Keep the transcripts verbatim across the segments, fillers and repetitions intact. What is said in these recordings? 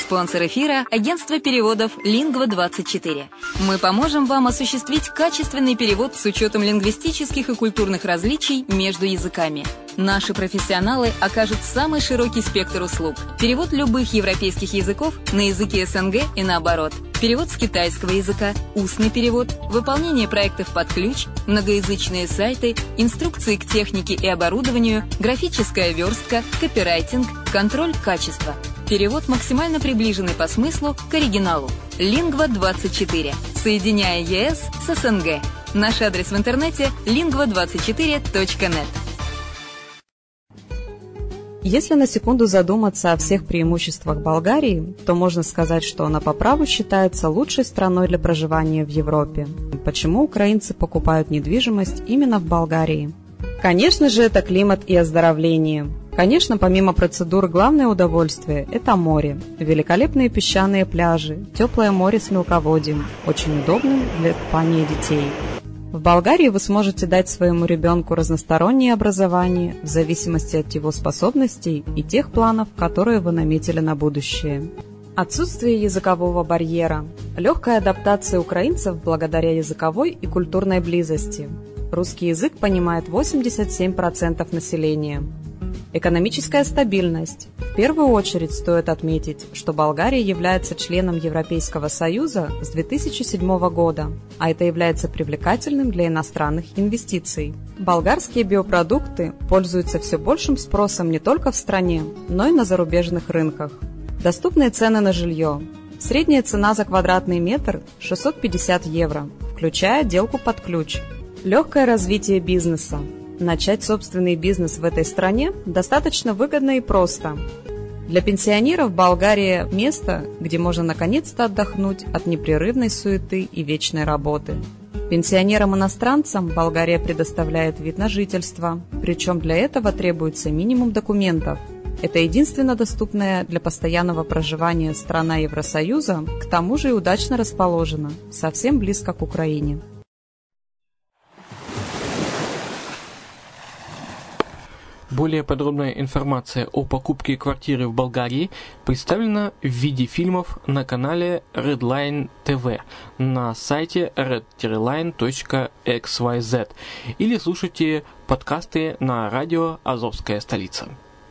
Спонсор эфира – агентство переводов Лингва двадцать четыре. Мы поможем вам осуществить качественный перевод с учетом лингвистических и культурных различий между языками. Наши профессионалы окажут самый широкий спектр услуг. Перевод любых европейских языков на языки СНГ и наоборот. Перевод с китайского языка, устный перевод, выполнение проектов под ключ, многоязычные сайты, инструкции к технике и оборудованию, графическая верстка, копирайтинг, контроль качества. Перевод максимально приближенный по смыслу к оригиналу. Лингва двадцать четыре. Соединяя ЕС с СНГ. Наш адрес в интернете лингва двадцать четыре точка нет. Если на секунду задуматься о всех преимуществах Болгарии, то можно сказать, что она по праву считается лучшей страной для проживания в Европе. Почему украинцы покупают недвижимость именно в Болгарии? Конечно же, это климат и оздоровление. Конечно, помимо процедур, главное удовольствие – это море. Великолепные песчаные пляжи, теплое море с мелководьем, очень удобным для купания детей. В Болгарии вы сможете дать своему ребенку разностороннее образование в зависимости от его способностей и тех планов, которые вы наметили на будущее. Отсутствие языкового барьера, легкая адаптация украинцев благодаря языковой и культурной близости. Русский язык понимает восемьдесят семь процентов населения. Экономическая стабильность. В первую очередь стоит отметить, что Болгария является членом Европейского Союза с две тысячи седьмого года, а это является привлекательным для иностранных инвестиций. Болгарские биопродукты пользуются все большим спросом не только в стране, но и на зарубежных рынках. Доступные цены на жилье. Средняя цена за квадратный метр – шестьсот пятьдесят евро, включая отделку под ключ. Легкое развитие бизнеса. Начать собственный бизнес в этой стране достаточно выгодно и просто. Для пенсионеров Болгария – место, где можно наконец-то отдохнуть от непрерывной суеты и вечной работы. Пенсионерам-иностранцам Болгария предоставляет вид на жительство, причем для этого требуется минимум документов. Это единственно доступная для постоянного проживания страна Евросоюза, к тому же и удачно расположена, совсем близко к Украине. Более подробная информация о покупке квартиры в Болгарии представлена в виде фильмов на канале Redline ти ви на сайте red line точка икс уай зет или слушайте подкасты на радио «Азовская столица».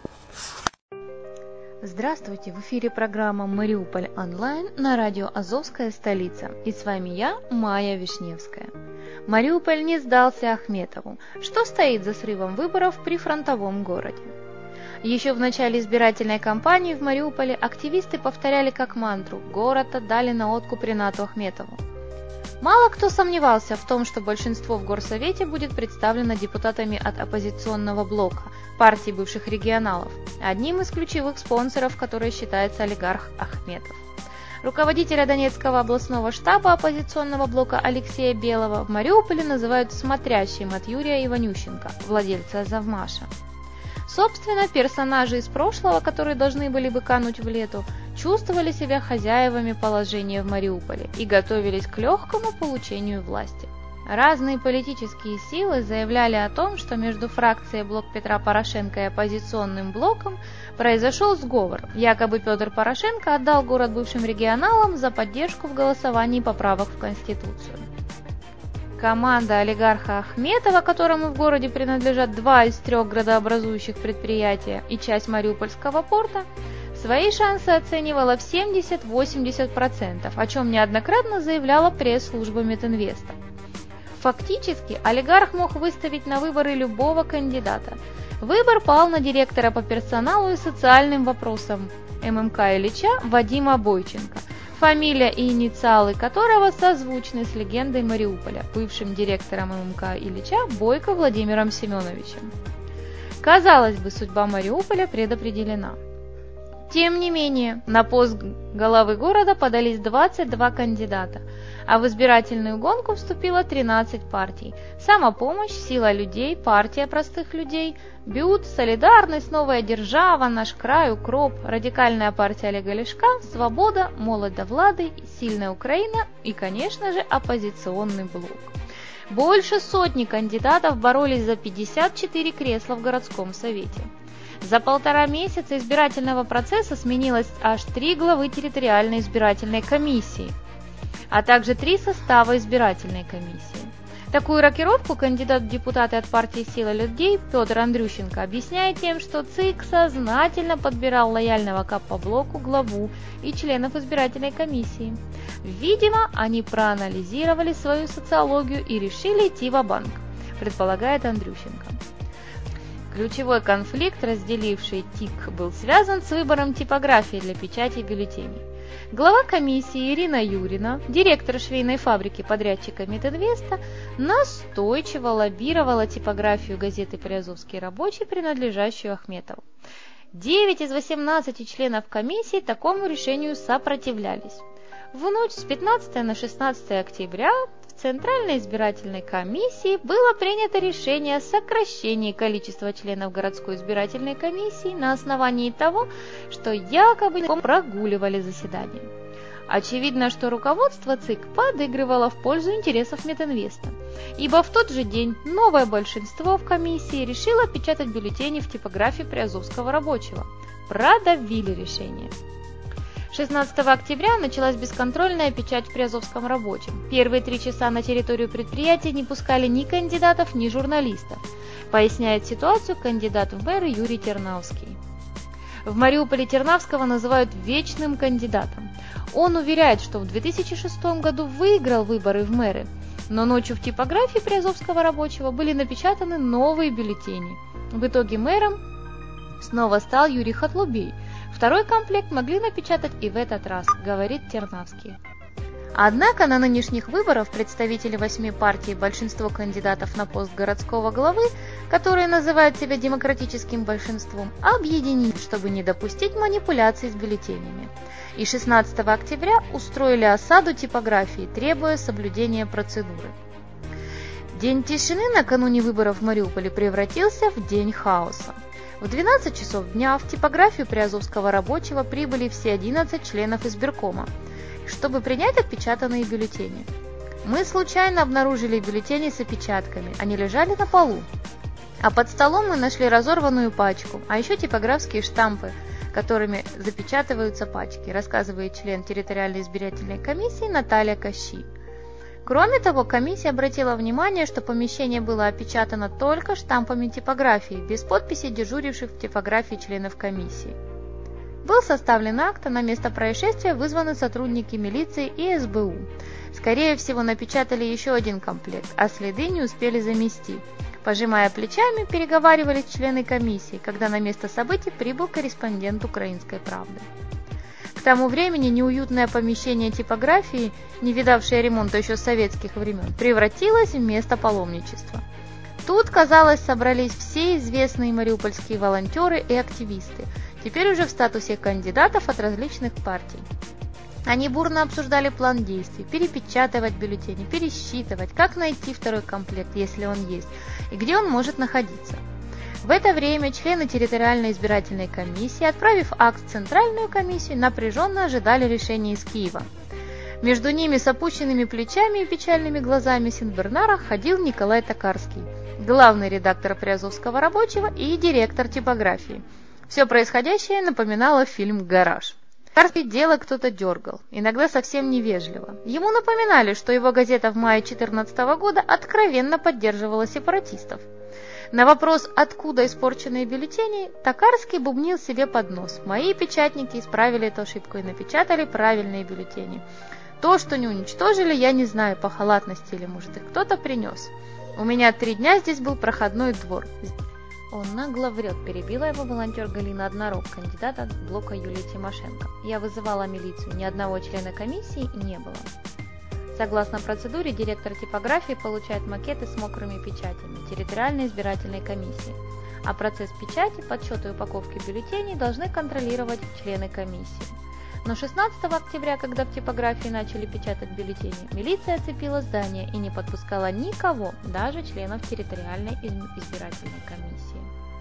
Здравствуйте, в эфире программа «Мариуполь онлайн» на радио «Азовская столица». И с вами я, Майя Вишневская. Мариуполь не сдался Ахметову. Что стоит за срывом выборов при фронтовом городе? Еще в начале избирательной кампании в Мариуполе активисты повторяли как мантру «Город отдали на откуп Ринату Ахметову». Мало кто сомневался в том, что большинство в Горсовете будет представлено депутатами от оппозиционного блока, партии бывших регионалов, одним из ключевых спонсоров, который считается олигарх Ахметов. Руководителя Донецкого областного штаба оппозиционного блока Алексея Белого в Мариуполе называют смотрящим от Юрия Иванющенко, владельца Завмаша. Собственно, персонажи из прошлого, которые должны были бы кануть в лету, чувствовали себя хозяевами положения в Мариуполе и готовились к легкому получению власти. Разные политические силы заявляли о том, что между фракцией «Блок Петра Порошенко» и оппозиционным блоком произошел сговор. Якобы Петр Порошенко отдал город бывшим регионалам за поддержку в голосовании поправок в Конституцию. Команда олигарха Ахметова, которому в городе принадлежат два из трех градообразующих предприятия и часть Мариупольского порта, свои шансы оценивала в семьдесят-восемьдесят процентов, о чем неоднократно заявляла пресс-служба Метинвеста. Фактически, олигарх мог выставить на выборы любого кандидата. Выбор пал на директора по персоналу и социальным вопросам эм эм ка Ильича Вадима Бойченко, фамилия и инициалы которого созвучны с легендой Мариуполя, бывшим директором эм эм ка Ильича Бойко Владимиром Семеновичем. Казалось бы, судьба Мариуполя предопределена. Тем не менее, на пост главы города подались двадцать два кандидата, а в избирательную гонку вступило тринадцать партий: «Самопомощь», «Сила людей», «Партия простых людей», «Бют», «Солидарность», «Новая держава», «Наш край», «Укроп», «Радикальная партия Олега Ляшка», «Свобода», «Молодь до влады», «Сильная Украина» и, конечно же, оппозиционный блок. Больше сотни кандидатов боролись за пятьдесят четыре кресла в городском совете. За полтора месяца избирательного процесса сменилось аж три главы территориальной избирательной комиссии, а также три состава избирательной комиссии. Такую рокировку кандидат в депутаты от партии «Сила людей» Петр Андрющенко объясняет тем, что ЦИК сознательно подбирал лояльного к Опоблоку главу и членов избирательной комиссии. Видимо, они проанализировали свою социологию и решили идти ва-банк, предполагает Андрющенко. Ключевой конфликт, разделивший ТИК, был связан с выбором типографии для печати бюллетеней. Глава комиссии Ирина Юрина, директор швейной фабрики подрядчика Метинвеста, настойчиво лоббировала типографию газеты «Приазовский рабочий», принадлежащую Ахметову. девять из восемнадцати членов комиссии такому решению сопротивлялись. В ночь с пятнадцатого на шестнадцатое октября в Центральной избирательной комиссии было принято решение о сокращении количества членов городской избирательной комиссии на основании того, что якобы прогуливали заседание. Очевидно, что руководство ЦИК подыгрывало в пользу интересов Метинвеста, ибо в тот же день новое большинство в комиссии решило печатать бюллетени в типографии Приазовского рабочего. Продавили решение. шестнадцатого октября началась бесконтрольная печать в Приазовском рабочем. Первые три часа на территорию предприятия не пускали ни кандидатов, ни журналистов, поясняет ситуацию кандидат в мэры Юрий Тернавский. В Мариуполе Тернавского называют вечным кандидатом. Он уверяет, что в две тысячи шестом году выиграл выборы в мэры, но ночью в типографии Приазовского рабочего были напечатаны новые бюллетени. В итоге мэром снова стал Юрий Хатлубей. Второй комплект могли напечатать и в этот раз, говорит Тернавский. Однако на нынешних выборах представители восьми партий и большинство кандидатов на пост городского главы, которые называют себя демократическим большинством, объединились, чтобы не допустить манипуляций с бюллетенями. И шестнадцатого октября устроили осаду типографии, требуя соблюдения процедуры. День тишины накануне выборов в Мариуполе превратился в день хаоса. В двенадцать часов дня в типографию Приазовского рабочего прибыли все одиннадцать членов избиркома, чтобы принять отпечатанные бюллетени. Мы случайно обнаружили бюллетени с опечатками, они лежали на полу. А под столом мы нашли разорванную пачку, а еще типографские штампы, которыми запечатываются пачки, рассказывает член территориальной избирательной комиссии Наталья Кощи. Кроме того, комиссия обратила внимание, что помещение было опечатано только штампами типографии, без подписи дежуривших в типографии членов комиссии. Был составлен акт, а на место происшествия вызваны сотрудники милиции и эс бэ у. Скорее всего, напечатали еще один комплект, а следы не успели замести. Пожимая плечами, переговаривались члены комиссии, когда на место событий прибыл корреспондент «Украинской правды». К тому времени неуютное помещение типографии, не видавшее ремонта еще с советских времен, превратилось в место паломничества. Тут, казалось, собрались все известные мариупольские волонтеры и активисты, теперь уже в статусе кандидатов от различных партий. Они бурно обсуждали план действий, перепечатывать бюллетени, пересчитывать, как найти второй комплект, если он есть, и где он может находиться. В это время члены территориальной избирательной комиссии, отправив акт в Центральную комиссию, напряженно ожидали решения из Киева. Между ними с опущенными плечами и печальными глазами Синбернара ходил Николай Токарский, главный редактор Приазовского рабочего и директор типографии. Все происходящее напоминало фильм «Гараж». Токарский дело кто-то дергал, иногда совсем невежливо. Ему напоминали, что его газета в мае две тысячи четырнадцатого года откровенно поддерживала сепаратистов. На вопрос, откуда испорченные бюллетени, Токарский бубнил себе под нос. Мои печатники исправили эту ошибку и напечатали правильные бюллетени. То, что не уничтожили, я не знаю, по халатности или, может, их кто-то принес. У меня три дня здесь был проходной двор. Он нагло врет, перебила его волонтер Галина Однорог, кандидат от блока Юлии Тимошенко. Я вызывала милицию, ни одного члена комиссии не было. Согласно процедуре, директор типографии получает макеты с мокрыми печатями территориальной избирательной комиссии, а процесс печати, подсчета и упаковки бюллетеней должны контролировать члены комиссии. Но шестнадцатого октября, когда в типографии начали печатать бюллетени, милиция оцепила здание и не подпускала никого, даже членов территориальной избирательной комиссии.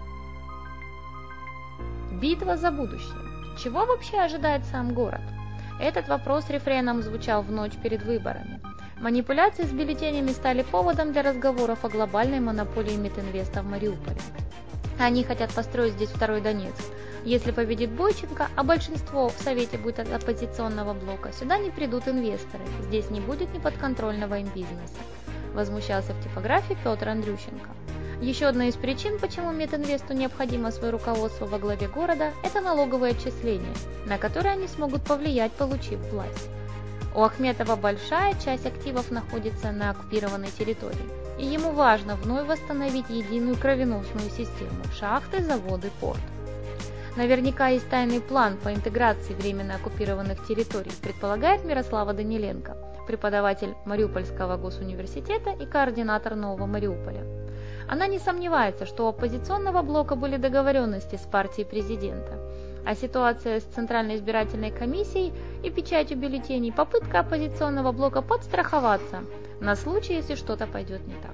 Битва за будущее. Чего вообще ожидает сам город? Этот вопрос рефреном звучал в ночь перед выборами. Манипуляции с бюллетенями стали поводом для разговоров о глобальной монополии Метинвеста в Мариуполе. Они хотят построить здесь второй Донецк. Если победит Бойченко, а большинство в Совете будет от оппозиционного блока, сюда не придут инвесторы, здесь не будет неподконтрольного им бизнеса. Возмущался в типографии Петр Андрющенко. Еще одна из причин, почему Метинвесту необходимо свое руководство во главе города, это налоговые отчисления, на которые они смогут повлиять, получив власть. У Ахметова большая часть активов находится на оккупированной территории, и ему важно вновь восстановить единую кровеносную систему – шахты, заводы, порт. Наверняка есть тайный план по интеграции временно оккупированных территорий, предполагает Мирослава Даниленко, преподаватель Мариупольского госуниверситета и координатор Нового Мариуполя. Она не сомневается, что у оппозиционного блока были договоренности с партией президента, а ситуация с Центральной избирательной комиссией и печатью бюллетеней – попытка оппозиционного блока подстраховаться на случай, если что-то пойдет не так.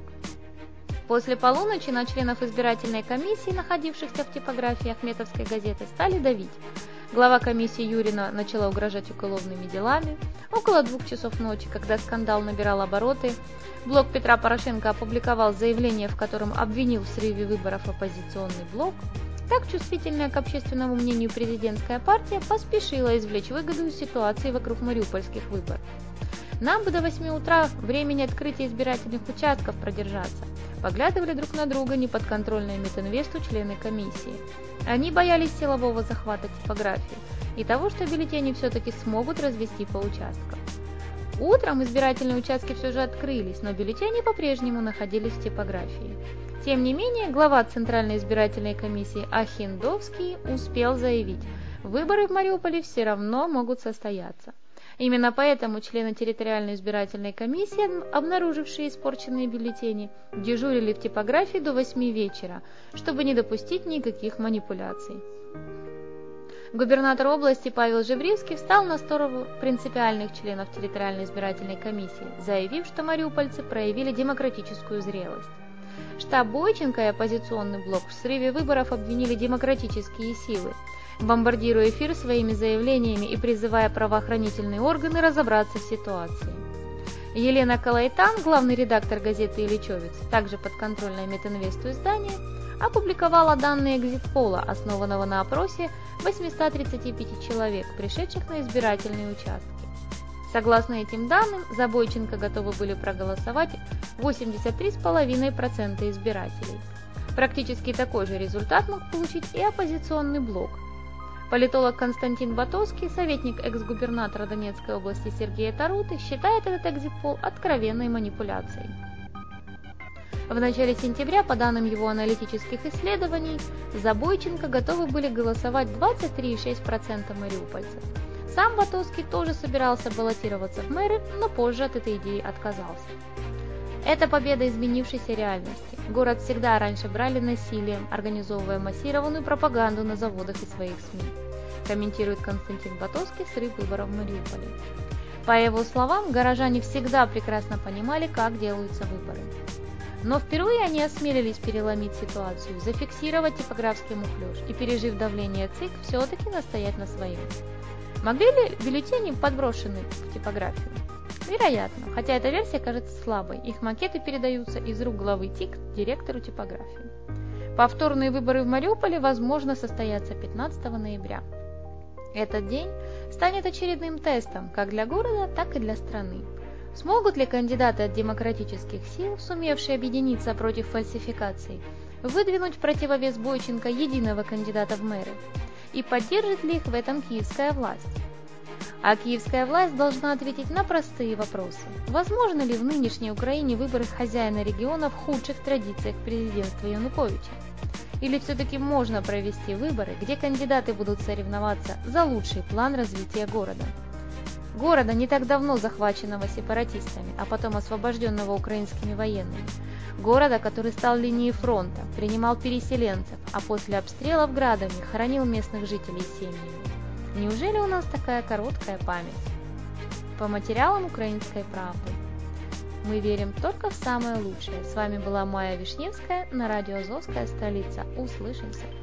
После полуночи на членов избирательной комиссии, находившихся в типографии Ахметовской газеты, стали давить. Глава комиссии Юрина начала угрожать уголовными делами. Около двух часов ночи, когда скандал набирал обороты, блок Петра Порошенко опубликовал заявление, в котором обвинил в срыве выборов оппозиционный блок. Так чувствительная к общественному мнению президентская партия поспешила извлечь выгоду из ситуации вокруг мариупольских выборов. Нам бы до восьми утра времени открытия избирательных участков продержаться. Поглядывали друг на друга неподконтрольные Метинвесту члены комиссии. Они боялись силового захвата типографии и того, что бюллетени все-таки смогут развести по участкам. Утром избирательные участки все же открылись, но бюллетени по-прежнему находились в типографии. Тем не менее, глава Центральной избирательной комиссии Ахиндовский успел заявить, выборы в Мариуполе все равно могут состояться. Именно поэтому члены территориальной избирательной комиссии, обнаружившие испорченные бюллетени, дежурили в типографии до восьми вечера, чтобы не допустить никаких манипуляций. Губернатор области Павел Жевривский встал на сторону принципиальных членов территориальной избирательной комиссии, заявив, что мариупольцы проявили демократическую зрелость. Штаб Бойченко и оппозиционный блок в срыве выборов обвинили демократические силы, бомбардируя эфир своими заявлениями и призывая правоохранительные органы разобраться в ситуации. Елена Калайтан, главный редактор газеты «Ильичевец», также подконтрольное Метинвесту издание, опубликовала данные экзит-пола, основанного на опросе восьмисот тридцати пяти человек, пришедших на избирательные участки. Согласно этим данным, за Бойченко готовы были проголосовать восемьдесят три целых пять десятых процента избирателей. Практически такой же результат мог получить и оппозиционный блок. Политолог Константин Батовский, советник экс-губернатора Донецкой области Сергея Таруты, считает этот экзит-пол откровенной манипуляцией. В начале сентября, по данным его аналитических исследований, за Бойченко готовы были голосовать двадцать три целых шесть десятых процента мариупольцев. Сам Батовский тоже собирался баллотироваться в мэры, но позже от этой идеи отказался. Это победа изменившейся реальности. Город всегда раньше брали насилием, организовывая массированную пропаганду на заводах и своих СМИ, комментирует Константин Батовский срыв выборов в Мариуполе. По его словам, горожане всегда прекрасно понимали, как делаются выборы. Но впервые они осмелились переломить ситуацию, зафиксировать типографский мухлёж и, пережив давление ЦИК, все-таки настоять на своем. Могли ли бюллетени подброшены в типографию? Вероятно, хотя эта версия кажется слабой, их макеты передаются из рук главы ТИК директору типографии. Повторные выборы в Мариуполе, возможно, состоятся пятнадцатого ноября. Этот день станет очередным тестом как для города, так и для страны. Смогут ли кандидаты от демократических сил, сумевшие объединиться против фальсификаций, выдвинуть в противовес Бойченко единого кандидата в мэры? И поддержит ли их в этом киевская власть? А киевская власть должна ответить на простые вопросы. Возможно ли в нынешней Украине выборы хозяина региона в худших традициях президентства Януковича? Или все-таки можно провести выборы, где кандидаты будут соревноваться за лучший план развития города? Города, не так давно захваченного сепаратистами, а потом освобожденного украинскими военными. Города, который стал линией фронта, принимал переселенцев, а после обстрелов градами хоронил местных жителей семьями. Неужели у нас такая короткая память? По материалам «Украинской правды». Мы верим только в самое лучшее. С вами была Майя Вишневская на радио «Азовская столица». Услышимся!